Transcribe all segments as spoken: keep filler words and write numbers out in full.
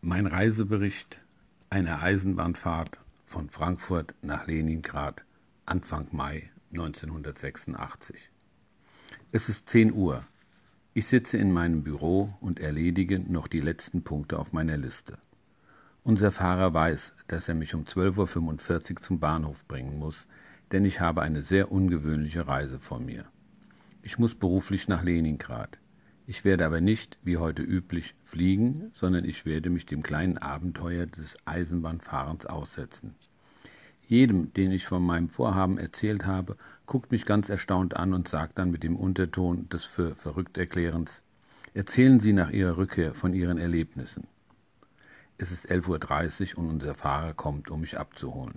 Mein Reisebericht einer Eisenbahnfahrt von Frankfurt nach Leningrad Anfang Mai neunzehnhundertsechsundachtzig. Es ist zehn Uhr. Ich sitze in meinem Büro und erledige noch die letzten Punkte auf meiner Liste. Unser Fahrer weiß, dass er mich um zwölf Uhr fünfundvierzig zum Bahnhof bringen muss, denn ich habe eine sehr ungewöhnliche Reise vor mir. Ich muss beruflich nach Leningrad. Ich werde aber nicht, wie heute üblich, fliegen, sondern ich werde mich dem kleinen Abenteuer des Eisenbahnfahrens aussetzen. Jedem, den ich von meinem Vorhaben erzählt habe, guckt mich ganz erstaunt an und sagt dann mit dem Unterton des für verrückt Erklärens: Erzählen Sie nach Ihrer Rückkehr von Ihren Erlebnissen. Es ist elf Uhr dreißig und unser Fahrer kommt, um mich abzuholen.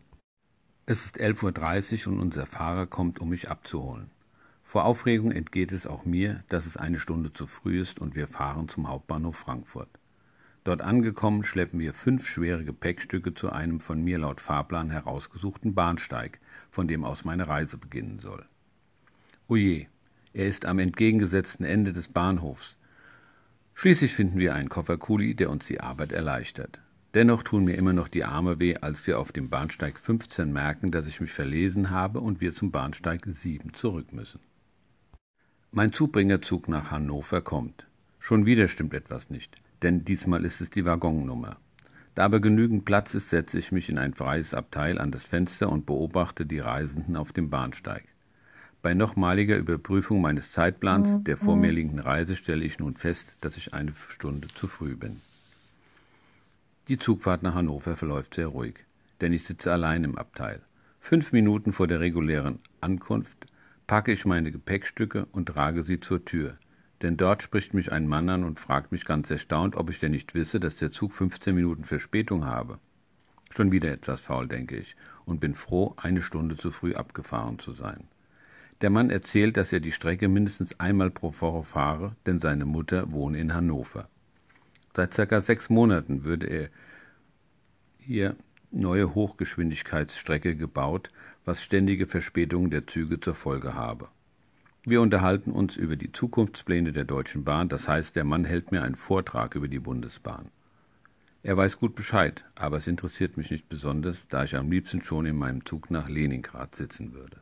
Es ist elf Uhr dreißig und unser Fahrer kommt, um mich abzuholen. Vor Aufregung entgeht es auch mir, dass es eine Stunde zu früh ist und wir fahren zum Hauptbahnhof Frankfurt. Dort angekommen, schleppen wir fünf schwere Gepäckstücke zu einem von mir laut Fahrplan herausgesuchten Bahnsteig, von dem aus meine Reise beginnen soll. Oje, er ist am entgegengesetzten Ende des Bahnhofs. Schließlich finden wir einen Kofferkuli, der uns die Arbeit erleichtert. Dennoch tun mir immer noch die Arme weh, als wir auf dem Bahnsteig fünfzehn merken, dass ich mich verlesen habe und wir zum Bahnsteig sieben zurück müssen. Mein Zubringerzug nach Hannover kommt. Schon wieder stimmt etwas nicht, denn diesmal ist es die Waggonnummer. Da aber genügend Platz ist, setze ich mich in ein freies Abteil an das Fenster und beobachte die Reisenden auf dem Bahnsteig. Bei nochmaliger Überprüfung meines Zeitplans der vor mir liegenden Reise stelle ich nun fest, dass ich eine Stunde zu früh bin. Die Zugfahrt nach Hannover verläuft sehr ruhig, denn ich sitze allein im Abteil. Fünf Minuten vor der regulären Ankunft packe ich meine Gepäckstücke und trage sie zur Tür, denn dort spricht mich ein Mann an und fragt mich ganz erstaunt, ob ich denn nicht wisse, dass der Zug fünfzehn Minuten Verspätung habe. Schon wieder etwas faul, denke ich, und bin froh, eine Stunde zu früh abgefahren zu sein. Der Mann erzählt, dass er die Strecke mindestens einmal pro Woche fahre, denn seine Mutter wohne in Hannover. Seit circa sechs Monaten würde er hier neue Hochgeschwindigkeitsstrecke gebaut, was ständige Verspätungen der Züge zur Folge habe. Wir unterhalten uns über die Zukunftspläne der Deutschen Bahn, das heißt, der Mann hält mir einen Vortrag über die Bundesbahn. Er weiß gut Bescheid, aber es interessiert mich nicht besonders, da ich am liebsten schon in meinem Zug nach Leningrad sitzen würde.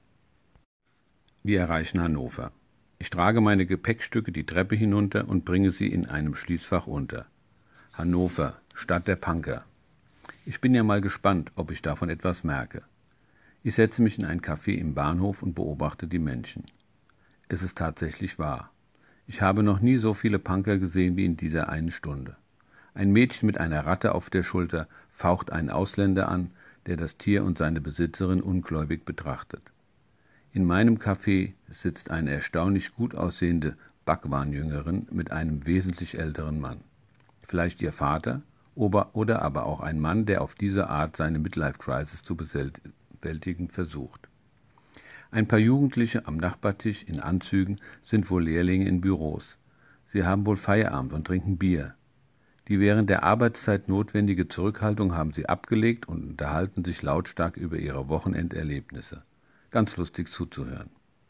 Wir erreichen Hannover. Ich trage meine Gepäckstücke die Treppe hinunter und bringe sie in einem Schließfach unter. Hannover, Stadt der Punker. Ich bin ja mal gespannt, ob ich davon etwas merke. Ich setze mich in ein Café im Bahnhof und beobachte die Menschen. Es ist tatsächlich wahr. Ich habe noch nie so viele Punker gesehen wie in dieser einen Stunde. Ein Mädchen mit einer Ratte auf der Schulter faucht einen Ausländer an, der das Tier und seine Besitzerin ungläubig betrachtet. In meinem Café sitzt eine erstaunlich gut aussehende Bhagwan-Jüngerin mit einem wesentlich älteren Mann. Vielleicht ihr Vater oder aber auch ein Mann, der auf diese Art seine Midlife-Crisis zu bewältigen versucht. Ein paar Jugendliche am Nachbartisch in Anzügen sind wohl Lehrlinge in Büros. Sie haben wohl Feierabend und trinken Bier. Die während der Arbeitszeit notwendige Zurückhaltung haben sie abgelegt und unterhalten sich lautstark über ihre Wochenenderlebnisse. Ganz lustig zuzuhören.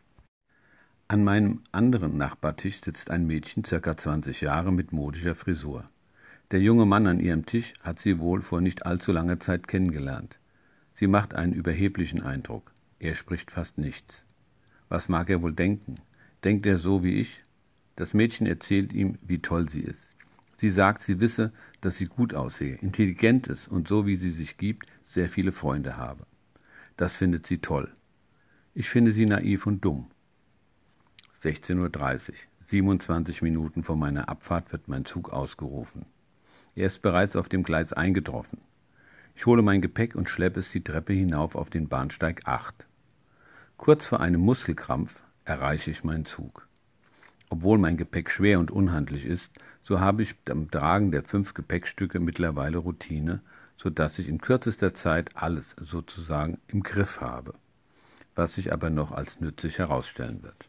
An meinem anderen Nachbartisch sitzt ein Mädchen, circa zwanzig Jahre, mit modischer Frisur. Der junge Mann an ihrem Tisch hat sie wohl vor nicht allzu langer Zeit kennengelernt. Sie macht einen überheblichen Eindruck. Er spricht fast nichts. Was mag er wohl denken? Denkt er so wie ich? Das Mädchen erzählt ihm, wie toll sie ist. Sie sagt, sie wisse, dass sie gut aussehe, intelligent ist und so wie sie sich gibt, sehr viele Freunde habe. Das findet sie toll. Ich finde sie naiv und dumm. sechzehn Uhr dreißig. siebenundzwanzig Minuten vor meiner Abfahrt wird mein Zug ausgerufen. Er ist bereits auf dem Gleis eingetroffen. Ich hole mein Gepäck und schleppe es die Treppe hinauf auf den Bahnsteig acht. Kurz vor einem Muskelkrampf erreiche ich meinen Zug. Obwohl mein Gepäck schwer und unhandlich ist, so habe ich beim Tragen der fünf Gepäckstücke mittlerweile Routine, sodass ich in kürzester Zeit alles sozusagen im Griff habe, was sich aber noch als nützlich herausstellen wird.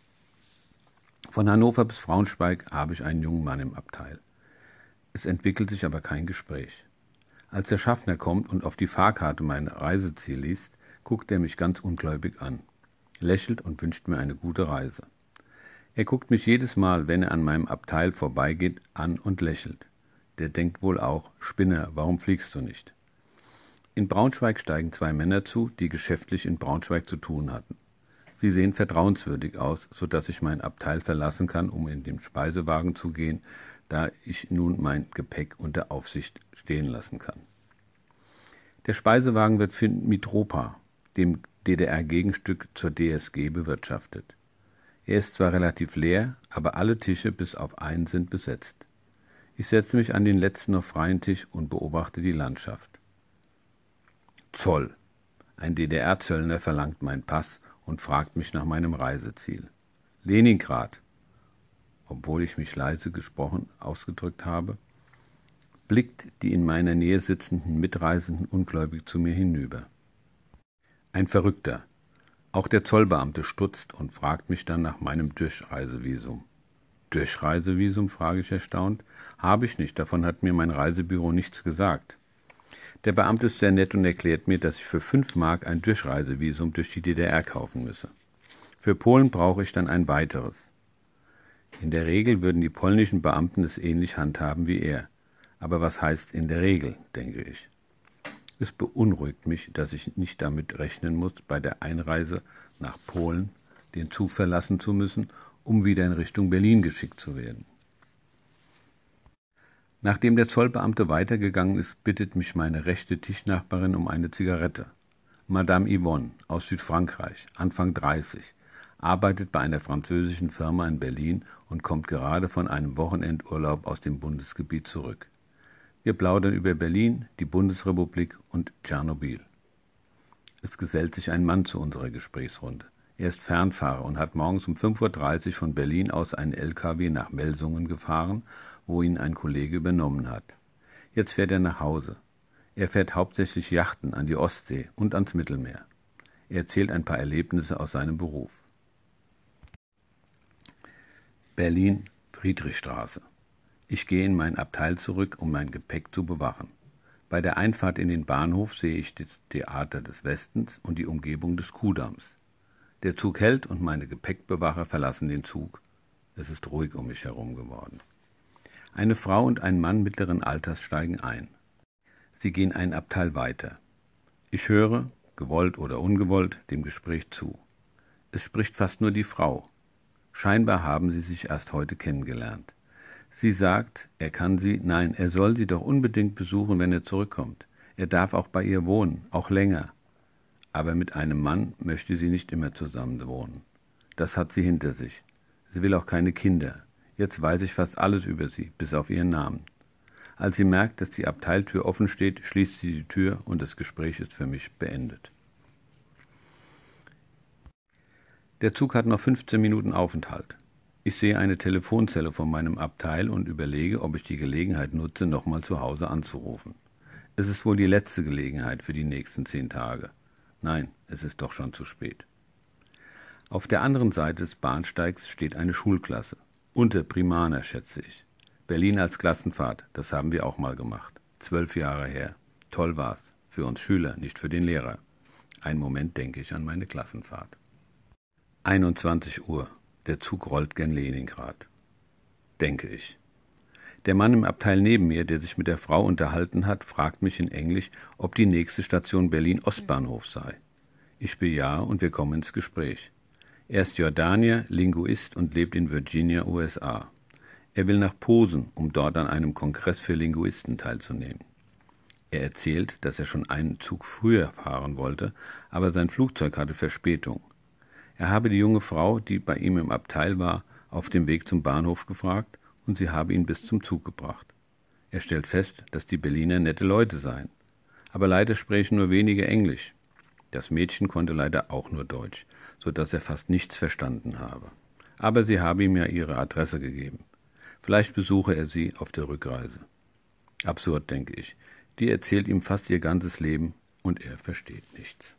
Von Hannover bis Braunschweig habe ich einen jungen Mann im Abteil. Es entwickelt sich aber kein Gespräch. Als der Schaffner kommt und auf die Fahrkarte mein Reiseziel liest, guckt er mich ganz ungläubig an, lächelt und wünscht mir eine gute Reise. Er guckt mich jedes Mal, wenn er an meinem Abteil vorbeigeht, an und lächelt. Der denkt wohl auch, Spinner, warum fliegst du nicht? In Braunschweig steigen zwei Männer zu, die geschäftlich in Braunschweig zu tun hatten. Sie sehen vertrauenswürdig aus, so dass ich mein Abteil verlassen kann, um in den Speisewagen zu gehen, da ich nun mein Gepäck unter Aufsicht stehen lassen kann. Der Speisewagen wird von Mitropa, dem D D R-Gegenstück zur D S G, bewirtschaftet. Er ist zwar relativ leer, aber alle Tische bis auf einen sind besetzt. Ich setze mich an den letzten noch freien Tisch und beobachte die Landschaft. Zoll. Ein D D R-Zöllner verlangt meinen Pass und fragt mich nach meinem Reiseziel. Leningrad. Obwohl ich mich leise gesprochen ausgedrückt habe, blickt die in meiner Nähe sitzenden Mitreisenden ungläubig zu mir hinüber. Ein Verrückter. Auch der Zollbeamte stutzt und fragt mich dann nach meinem Durchreisevisum. Durchreisevisum, frage ich erstaunt. Habe ich nicht, davon hat mir mein Reisebüro nichts gesagt. Der Beamte ist sehr nett und erklärt mir, dass ich für fünf Mark ein Durchreisevisum durch die D D R kaufen müsse. Für Polen brauche ich dann ein weiteres. In der Regel würden die polnischen Beamten es ähnlich handhaben wie er. Aber was heißt in der Regel, denke ich. Es beunruhigt mich, dass ich nicht damit rechnen muss, bei der Einreise nach Polen den Zug verlassen zu müssen, um wieder in Richtung Berlin geschickt zu werden. Nachdem der Zollbeamte weitergegangen ist, bittet mich meine rechte Tischnachbarin um eine Zigarette. Madame Yvonne aus Südfrankreich, Anfang dreißig, arbeitet bei einer französischen Firma in Berlin und kommt gerade von einem Wochenendurlaub aus dem Bundesgebiet zurück. Wir plaudern über Berlin, die Bundesrepublik und Tschernobyl. Es gesellt sich ein Mann zu unserer Gesprächsrunde. Er ist Fernfahrer und hat morgens um fünf Uhr dreißig von Berlin aus einen L K W nach Melsungen gefahren, wo ihn ein Kollege übernommen hat. Jetzt fährt er nach Hause. Er fährt hauptsächlich Yachten an die Ostsee und ans Mittelmeer. Er erzählt ein paar Erlebnisse aus seinem Beruf. Berlin, Friedrichstraße. Ich gehe in mein Abteil zurück, um mein Gepäck zu bewachen. Bei der Einfahrt in den Bahnhof sehe ich das Theater des Westens und die Umgebung des Kuhdamms. Der Zug hält und meine Gepäckbewacher verlassen den Zug. Es ist ruhig um mich herum geworden. Eine Frau und ein Mann mittleren Alters steigen ein. Sie gehen ein Abteil weiter. Ich höre, gewollt oder ungewollt, dem Gespräch zu. Es spricht fast nur die Frau. Scheinbar haben sie sich erst heute kennengelernt. Sie sagt, er kann sie, nein, er soll sie doch unbedingt besuchen, wenn er zurückkommt. Er darf auch bei ihr wohnen, auch länger. Aber mit einem Mann möchte sie nicht immer zusammen wohnen. Das hat sie hinter sich. Sie will auch keine Kinder. Jetzt weiß ich fast alles über sie, bis auf ihren Namen. Als sie merkt, dass die Abteiltür offen steht, schließt sie die Tür und das Gespräch ist für mich beendet. Der Zug hat noch fünfzehn Minuten Aufenthalt. Ich sehe eine Telefonzelle von meinem Abteil und überlege, ob ich die Gelegenheit nutze, nochmal zu Hause anzurufen. Es ist wohl die letzte Gelegenheit für die nächsten zehn Tage. Nein, es ist doch schon zu spät. Auf der anderen Seite des Bahnsteigs steht eine Schulklasse. Unterprimaner, schätze ich. Berlin als Klassenfahrt, das haben wir auch mal gemacht. Zwölf Jahre her. Toll war's. Für uns Schüler, nicht für den Lehrer. Einen Moment denke ich an meine Klassenfahrt. einundzwanzig Uhr. Der Zug rollt gen Leningrad. Denke ich. Der Mann im Abteil neben mir, der sich mit der Frau unterhalten hat, fragt mich in Englisch, ob die nächste Station Berlin-Ostbahnhof sei. Ich bejahe und wir kommen ins Gespräch. Er ist Jordanier, Linguist und lebt in Virginia, U S A. Er will nach Posen, um dort an einem Kongress für Linguisten teilzunehmen. Er erzählt, dass er schon einen Zug früher fahren wollte, aber sein Flugzeug hatte Verspätung. Er habe die junge Frau, die bei ihm im Abteil war, auf dem Weg zum Bahnhof gefragt und sie habe ihn bis zum Zug gebracht. Er stellt fest, dass die Berliner nette Leute seien. Aber leider sprechen nur wenige Englisch. Das Mädchen konnte leider auch nur Deutsch, so dass er fast nichts verstanden habe. Aber sie habe ihm ja ihre Adresse gegeben. Vielleicht besuche er sie auf der Rückreise. Absurd, denke ich. Die erzählt ihm fast ihr ganzes Leben und er versteht nichts.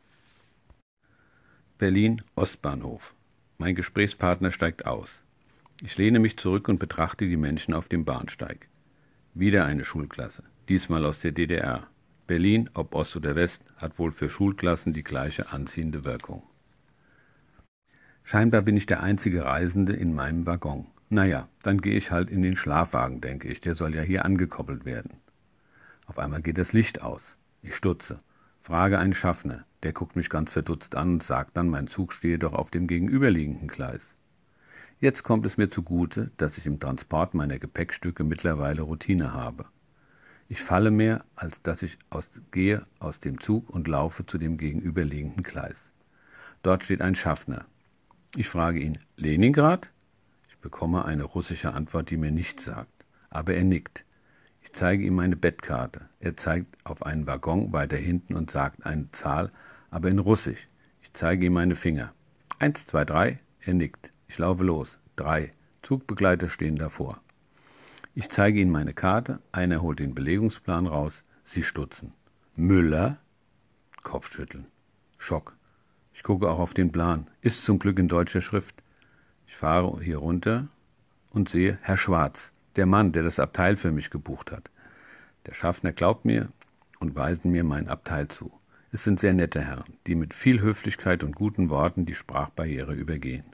Berlin, Ostbahnhof. Mein Gesprächspartner steigt aus. Ich lehne mich zurück und betrachte die Menschen auf dem Bahnsteig. Wieder eine Schulklasse, diesmal aus der D D R. Berlin, ob Ost oder West, hat wohl für Schulklassen die gleiche anziehende Wirkung. Scheinbar bin ich der einzige Reisende in meinem Waggon. Naja, dann gehe ich halt in den Schlafwagen, denke ich, der soll ja hier angekoppelt werden. Auf einmal geht das Licht aus. Ich stutze, frage einen Schaffner, der guckt mich ganz verdutzt an und sagt dann, mein Zug stehe doch auf dem gegenüberliegenden Gleis. Jetzt kommt es mir zugute, dass ich im Transport meiner Gepäckstücke mittlerweile Routine habe. Ich falle mehr, als dass ich aus, gehe aus dem Zug und laufe zu dem gegenüberliegenden Gleis. Dort steht ein Schaffner. Ich frage ihn, Leningrad? Ich bekomme eine russische Antwort, die mir nichts sagt, aber er nickt. Ich zeige ihm meine Bettkarte. Er zeigt auf einen Waggon weiter hinten und sagt eine Zahl, aber in Russisch. Ich zeige ihm meine Finger. Eins, zwei, drei. Er nickt. Ich laufe los. Drei. Zugbegleiter stehen davor. Ich zeige ihnen meine Karte. Einer holt den Belegungsplan raus. Sie stutzen. Müller? Kopfschütteln. Schock. Ich gucke auch auf den Plan. Ist zum Glück in deutscher Schrift. Ich fahre hier runter und sehe Herr Schwarz, der Mann, der das Abteil für mich gebucht hat. Der Schaffner glaubt mir und weisen mir mein Abteil zu. Es sind sehr nette Herren, die mit viel Höflichkeit und guten Worten die Sprachbarriere übergehen.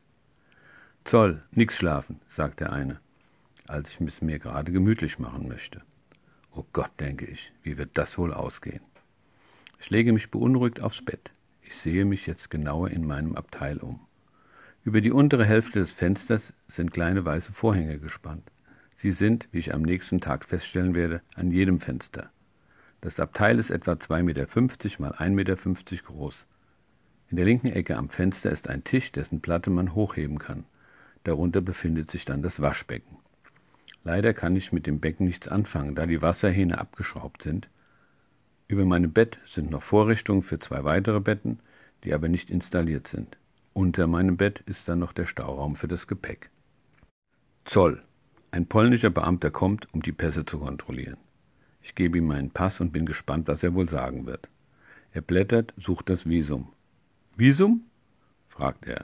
Zoll, nix schlafen, sagt der eine, als ich es mir gerade gemütlich machen möchte. Oh Gott, denke ich, wie wird das wohl ausgehen? Ich lege mich beunruhigt aufs Bett. Ich sehe mich jetzt genauer in meinem Abteil um. Über die untere Hälfte des Fensters sind kleine weiße Vorhänge gespannt. Sie sind, wie ich am nächsten Tag feststellen werde, an jedem Fenster. Das Abteil ist etwa zwei Meter fünfzig mal ein Meter fünfzig groß. In der linken Ecke am Fenster ist ein Tisch, dessen Platte man hochheben kann. Darunter befindet sich dann das Waschbecken. Leider kann ich mit dem Becken nichts anfangen, da die Wasserhähne abgeschraubt sind. Über meinem Bett sind noch Vorrichtungen für zwei weitere Betten, die aber nicht installiert sind. Unter meinem Bett ist dann noch der Stauraum für das Gepäck. Zoll. Ein polnischer Beamter kommt, um die Pässe zu kontrollieren. Ich gebe ihm meinen Pass und bin gespannt, was er wohl sagen wird. Er blättert, sucht das Visum. Visum? Fragt er.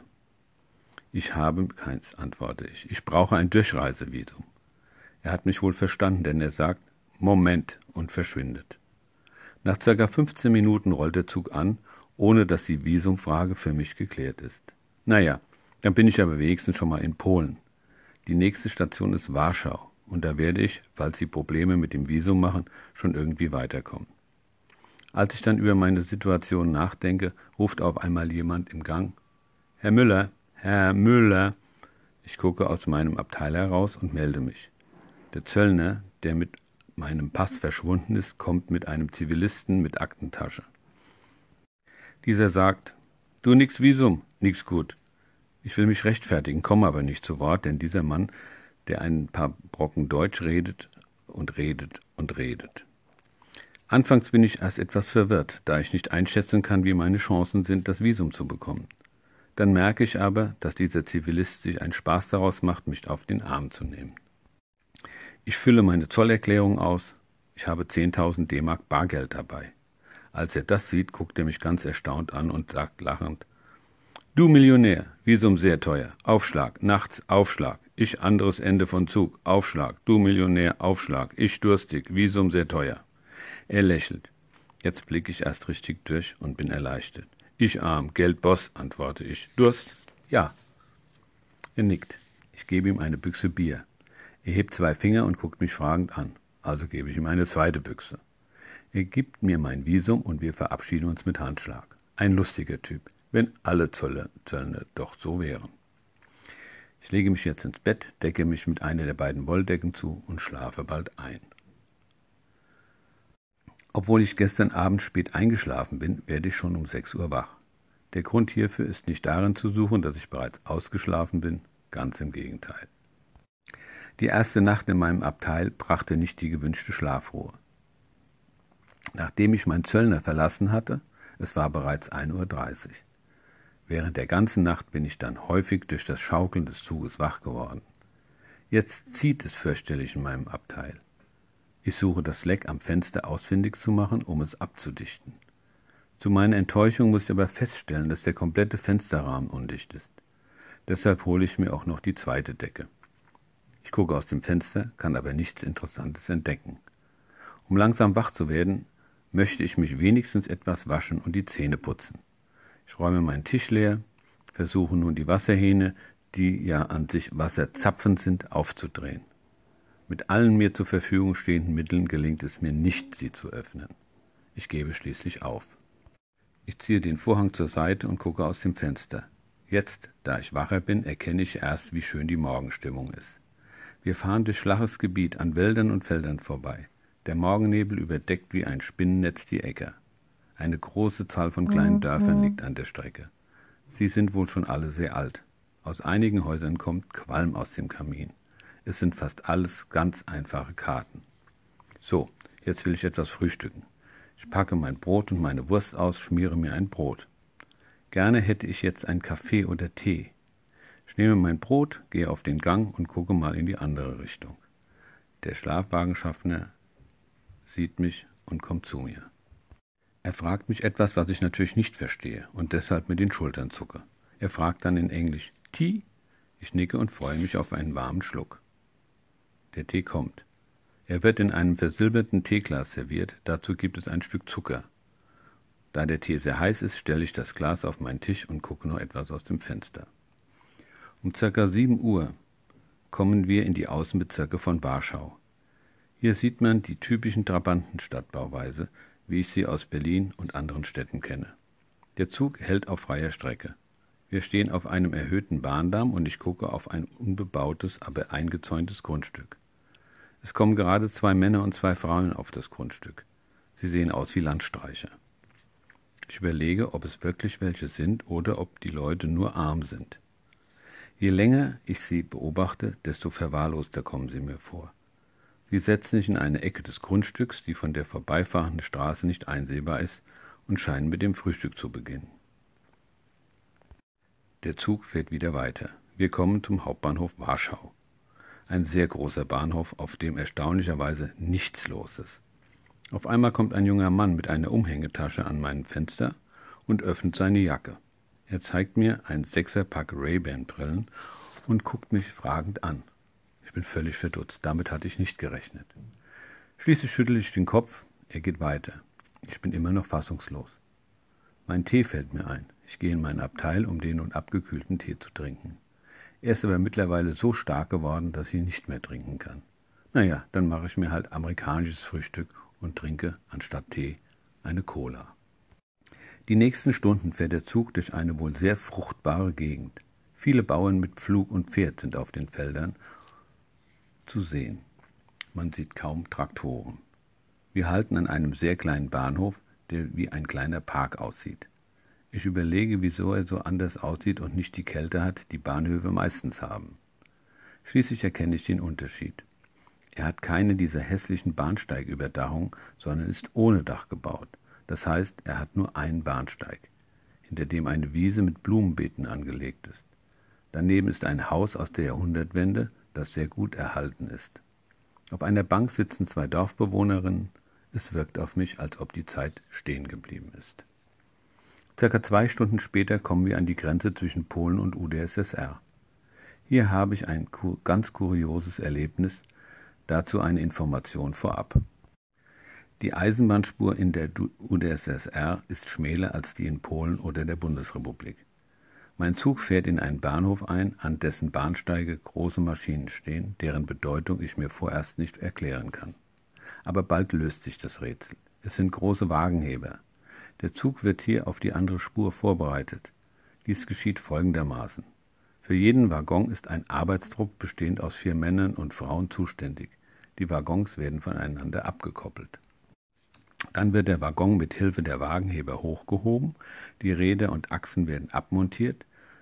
Ich habe keins, antworte ich. Ich brauche ein Durchreisevisum. Er hat mich wohl verstanden, denn er sagt, Moment, und verschwindet. Nach ca. fünfzehn Minuten rollt der Zug an, ohne dass die Visumfrage für mich geklärt ist. Naja, dann bin ich aber wenigstens schon mal in Polen. Die nächste Station ist Warschau und da werde ich, falls sie Probleme mit dem Visum machen, schon irgendwie weiterkommen. Als ich dann über meine Situation nachdenke, ruft auf einmal jemand im Gang, Herr Müller, Herr Müller. Ich gucke aus meinem Abteil heraus und melde mich. Der Zöllner, der mit meinem Pass verschwunden ist, kommt mit einem Zivilisten mit Aktentasche. Dieser sagt, du nix Visum, nix gut. Ich will mich rechtfertigen, komme aber nicht zu Wort, denn dieser Mann, der ein paar Brocken Deutsch redet und redet und redet. Anfangs bin ich erst etwas verwirrt, da ich nicht einschätzen kann, wie meine Chancen sind, das Visum zu bekommen. Dann merke ich aber, dass dieser Zivilist sich einen Spaß daraus macht, mich auf den Arm zu nehmen. Ich fülle meine Zollerklärung aus. Ich habe zehntausend D-Mark Bargeld dabei. Als er das sieht, guckt er mich ganz erstaunt an und sagt lachend, du Millionär, Visum sehr teuer, Aufschlag, nachts Aufschlag, ich anderes Ende von Zug, Aufschlag, du Millionär, Aufschlag, ich durstig, Visum sehr teuer. Er lächelt. Jetzt blicke ich erst richtig durch und bin erleichtert. Ich arm, Geldboss, antworte ich. Durst? Ja. Er nickt. Ich gebe ihm eine Büchse Bier. Er hebt zwei Finger und guckt mich fragend an. Also gebe ich ihm eine zweite Büchse. Er gibt mir mein Visum und wir verabschieden uns mit Handschlag. Ein lustiger Typ, wenn alle Zöllner, Zöllner doch so wären. Ich lege mich jetzt ins Bett, decke mich mit einer der beiden Wolldecken zu und schlafe bald ein. Obwohl ich gestern Abend spät eingeschlafen bin, werde ich schon um sechs Uhr wach. Der Grund hierfür ist nicht darin zu suchen, dass ich bereits ausgeschlafen bin, ganz im Gegenteil. Die erste Nacht in meinem Abteil brachte nicht die gewünschte Schlafruhe. Nachdem ich meinen Zöllner verlassen hatte, es war bereits ein Uhr dreißig. Während der ganzen Nacht bin ich dann häufig durch das Schaukeln des Zuges wach geworden. Jetzt zieht es fürchterlich in meinem Abteil. Ich suche das Leck am Fenster ausfindig zu machen, um es abzudichten. Zu meiner Enttäuschung muss ich aber feststellen, dass der komplette Fensterrahmen undicht ist. Deshalb hole ich mir auch noch die zweite Decke. Ich gucke aus dem Fenster, kann aber nichts Interessantes entdecken. Um langsam wach zu werden, möchte ich mich wenigstens etwas waschen und die Zähne putzen. Ich räume meinen Tisch leer, versuche nun die Wasserhähne, die ja an sich Wasserzapfen sind, aufzudrehen. Mit allen mir zur Verfügung stehenden Mitteln gelingt es mir nicht, sie zu öffnen. Ich gebe schließlich auf. Ich ziehe den Vorhang zur Seite und gucke aus dem Fenster. Jetzt, da ich wacher bin, erkenne ich erst, wie schön die Morgenstimmung ist. Wir fahren durch flaches Gebiet an Wäldern und Feldern vorbei. Der Morgennebel überdeckt wie ein Spinnennetz die Äcker. Eine große Zahl von kleinen Dörfern liegt an der Strecke. Sie sind wohl schon alle sehr alt. Aus einigen Häusern kommt Qualm aus dem Kamin. Es sind fast alles ganz einfache Karten. So, jetzt will ich etwas frühstücken. Ich packe mein Brot und meine Wurst aus, schmiere mir ein Brot. Gerne hätte ich jetzt einen Kaffee oder Tee. Ich nehme mein Brot, gehe auf den Gang und gucke mal in die andere Richtung. Der Schlafwagenschaffner sieht mich und kommt zu mir. Er fragt mich etwas, was ich natürlich nicht verstehe und deshalb mit den Schultern zucke. Er fragt dann in Englisch, Tea? Ich nicke und freue mich auf einen warmen Schluck. Der Tee kommt. Er wird in einem versilberten Teeglas serviert, dazu gibt es ein Stück Zucker. Da der Tee sehr heiß ist, stelle ich das Glas auf meinen Tisch und gucke noch etwas aus dem Fenster. Um ca. sieben Uhr kommen wir in die Außenbezirke von Warschau. Hier sieht man die typischen Trabantenstadtbauweise, wie ich sie aus Berlin und anderen Städten kenne. Der Zug hält auf freier Strecke. Wir stehen auf einem erhöhten Bahndamm und ich gucke auf ein unbebautes, aber eingezäuntes Grundstück. Es kommen gerade zwei Männer und zwei Frauen auf das Grundstück. Sie sehen aus wie Landstreicher. Ich überlege, ob es wirklich welche sind oder ob die Leute nur arm sind. Je länger ich sie beobachte, desto verwahrloster kommen sie mir vor. Sie setzen sich in eine Ecke des Grundstücks, die von der vorbeifahrenden Straße nicht einsehbar ist, und scheinen mit dem Frühstück zu beginnen. Der Zug fährt wieder weiter. Wir kommen zum Hauptbahnhof Warschau. Ein sehr großer Bahnhof, auf dem erstaunlicherweise nichts los ist. Auf einmal kommt ein junger Mann mit einer Umhängetasche an meinem Fenster und öffnet seine Jacke. Er zeigt mir ein Sechserpack Ray-Ban-Brillen und guckt mich fragend an. Ich bin völlig verdutzt, damit hatte ich nicht gerechnet. Schließlich schüttle ich den Kopf, er geht weiter. Ich bin immer noch fassungslos. Mein Tee fällt mir ein. Ich gehe in mein Abteil, um den nun abgekühlten Tee zu trinken. Er ist aber mittlerweile so stark geworden, dass ich ihn nicht mehr trinken kann. Naja, dann mache ich mir halt amerikanisches Frühstück und trinke anstatt Tee eine Cola. Die nächsten Stunden fährt der Zug durch eine wohl sehr fruchtbare Gegend. Viele Bauern mit Pflug und Pferd sind auf den Feldern zu sehen. Man sieht kaum Traktoren. Wir halten an einem sehr kleinen Bahnhof, der wie ein kleiner Park aussieht. Ich überlege, wieso er so anders aussieht und nicht die Kälte hat, die Bahnhöfe meistens haben. Schließlich erkenne ich den Unterschied. Er hat keine dieser hässlichen Bahnsteigüberdachungen, sondern ist ohne Dach gebaut. Das heißt, er hat nur einen Bahnsteig, hinter dem eine Wiese mit Blumenbeeten angelegt ist. Daneben ist ein Haus aus der Jahrhundertwende, das sehr gut erhalten ist. Auf einer Bank sitzen zwei Dorfbewohnerinnen. Es wirkt auf mich, als ob die Zeit stehen geblieben ist. Circa zwei Stunden später kommen wir an die Grenze zwischen Polen und U d S S R. Hier habe ich ein ganz kurioses Erlebnis, dazu eine Information vorab. Die Eisenbahnspur in der U d S S R ist schmäler als die in Polen oder der Bundesrepublik. Mein Zug fährt in einen Bahnhof ein, an dessen Bahnsteige große Maschinen stehen, deren Bedeutung ich mir vorerst nicht erklären kann. Aber bald löst sich das Rätsel. Es sind große Wagenheber. Der Zug wird hier auf die andere Spur vorbereitet. Dies geschieht folgendermaßen. Für jeden Waggon ist ein Arbeitstrupp bestehend aus vier Männern und Frauen zuständig. Die Waggons werden voneinander abgekoppelt. Dann wird der Waggon mit Hilfe der Wagenheber hochgehoben, die Räder und Achsen werden abmontiert,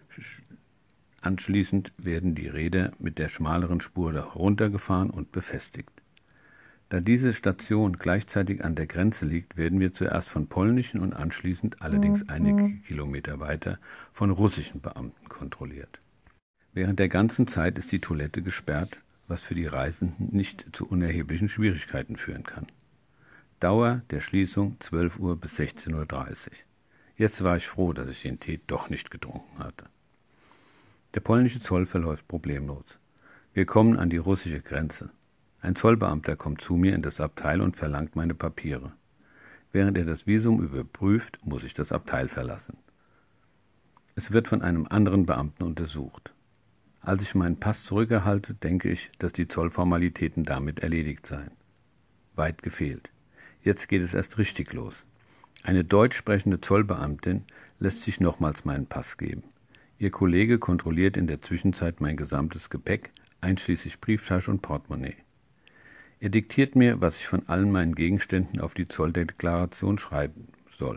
anschließend werden die Räder mit der schmaleren Spur heruntergefahren und befestigt. Da diese Station gleichzeitig an der Grenze liegt, werden wir zuerst von polnischen und anschließend, allerdings einige Kilometer weiter, von russischen Beamten kontrolliert. Während der ganzen Zeit ist die Toilette gesperrt, was für die Reisenden nicht zu unerheblichen Schwierigkeiten führen kann. Dauer der Schließung zwölf Uhr bis sechzehn Uhr dreißig. Jetzt war ich froh, dass ich den Tee doch nicht getrunken hatte. Der polnische Zoll verläuft problemlos. Wir kommen an die russische Grenze. Ein Zollbeamter kommt zu mir in das Abteil und verlangt meine Papiere. Während er das Visum überprüft, muss ich das Abteil verlassen. Es wird von einem anderen Beamten untersucht. Als ich meinen Pass zurückerhalte, denke ich, dass die Zollformalitäten damit erledigt seien. Weit gefehlt. Jetzt geht es erst richtig los. Eine deutsch sprechende Zollbeamtin lässt sich nochmals meinen Pass geben. Ihr Kollege kontrolliert in der Zwischenzeit mein gesamtes Gepäck, einschließlich Brieftasche und Portemonnaie. Er diktiert mir, was ich von allen meinen Gegenständen auf die Zolldeklaration schreiben soll.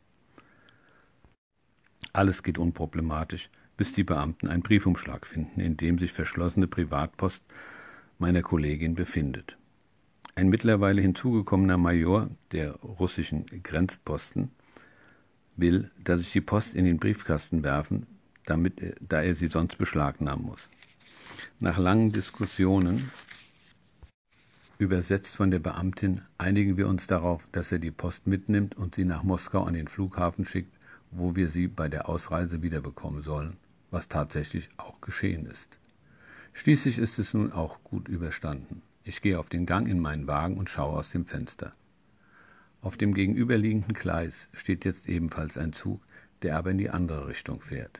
Alles geht unproblematisch, bis die Beamten einen Briefumschlag finden, in dem sich verschlossene Privatpost meiner Kollegin befindet. Ein mittlerweile hinzugekommener Major der russischen Grenzposten will, dass ich die Post in den Briefkasten werfen, damit, da er sie sonst beschlagnahmen muss. Nach langen Diskussionen, übersetzt von der Beamtin, einigen wir uns darauf, dass er die Post mitnimmt und sie nach Moskau an den Flughafen schickt, wo wir sie bei der Ausreise wiederbekommen sollen, was tatsächlich auch geschehen ist. Schließlich ist es nun auch gut überstanden. Ich gehe auf den Gang in meinen Wagen und schaue aus dem Fenster. Auf dem gegenüberliegenden Gleis steht jetzt ebenfalls ein Zug, der aber in die andere Richtung fährt.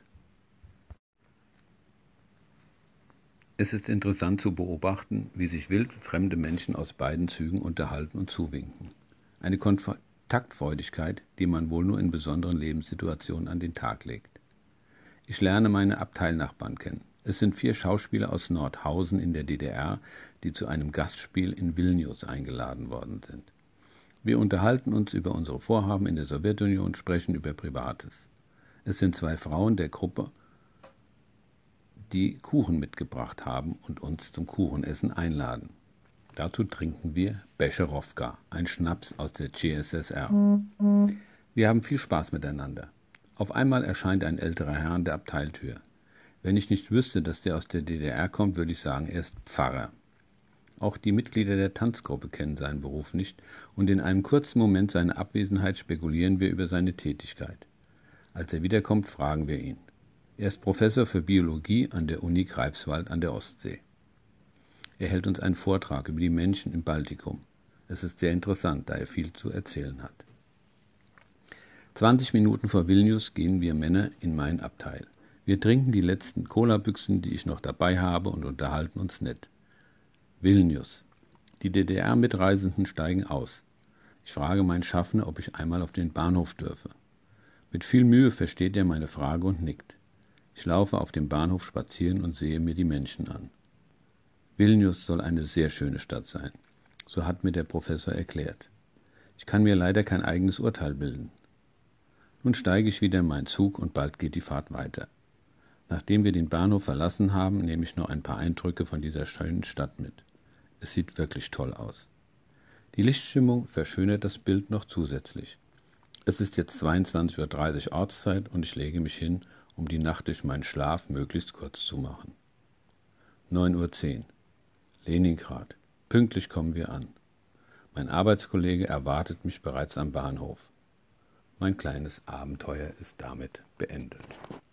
Es ist interessant zu beobachten, wie sich wild fremde Menschen aus beiden Zügen unterhalten und zuwinken. Eine Kontaktfreudigkeit, die man wohl nur in besonderen Lebenssituationen an den Tag legt. Ich lerne meine Abteilnachbarn kennen. Es sind vier Schauspieler aus Nordhausen in der D D R, die zu einem Gastspiel in Vilnius eingeladen worden sind. Wir unterhalten uns über unsere Vorhaben in der Sowjetunion und sprechen über Privates. Es sind zwei Frauen der Gruppe, die Kuchen mitgebracht haben und uns zum Kuchenessen einladen. Dazu trinken wir Becherowka, ein Schnaps aus der C S S R. Wir haben viel Spaß miteinander. Auf einmal erscheint ein älterer Herr an der Abteiltür. Wenn ich nicht wüsste, dass der aus der D D R kommt, würde ich sagen, er ist Pfarrer. Auch die Mitglieder der Tanzgruppe kennen seinen Beruf nicht und in einem kurzen Moment seiner Abwesenheit spekulieren wir über seine Tätigkeit. Als er wiederkommt, fragen wir ihn. Er ist Professor für Biologie an der Uni Greifswald an der Ostsee. Er hält uns einen Vortrag über die Menschen im Baltikum. Es ist sehr interessant, da er viel zu erzählen hat. zwanzig Minuten vor Vilnius gehen wir Männer in mein Abteil. Wir trinken die letzten Colabüchsen, die ich noch dabei habe, und unterhalten uns nett. Vilnius. Die D D R-Mitreisenden steigen aus. Ich frage meinen Schaffner, ob ich einmal auf den Bahnhof dürfe. Mit viel Mühe versteht er meine Frage und nickt. Ich laufe auf dem Bahnhof spazieren und sehe mir die Menschen an. Vilnius soll eine sehr schöne Stadt sein. So hat mir der Professor erklärt. Ich kann mir leider kein eigenes Urteil bilden. Nun steige ich wieder in meinen Zug und bald geht die Fahrt weiter. Nachdem wir den Bahnhof verlassen haben, nehme ich noch ein paar Eindrücke von dieser schönen Stadt mit. Es sieht wirklich toll aus. Die Lichtstimmung verschönert das Bild noch zusätzlich. Es ist jetzt zweiundzwanzig Uhr dreißig Ortszeit und ich lege mich hin, um die Nacht durch meinen Schlaf möglichst kurz zu machen. neun Uhr zehn. Leningrad. Pünktlich kommen wir an. Mein Arbeitskollege erwartet mich bereits am Bahnhof. Mein kleines Abenteuer ist damit beendet.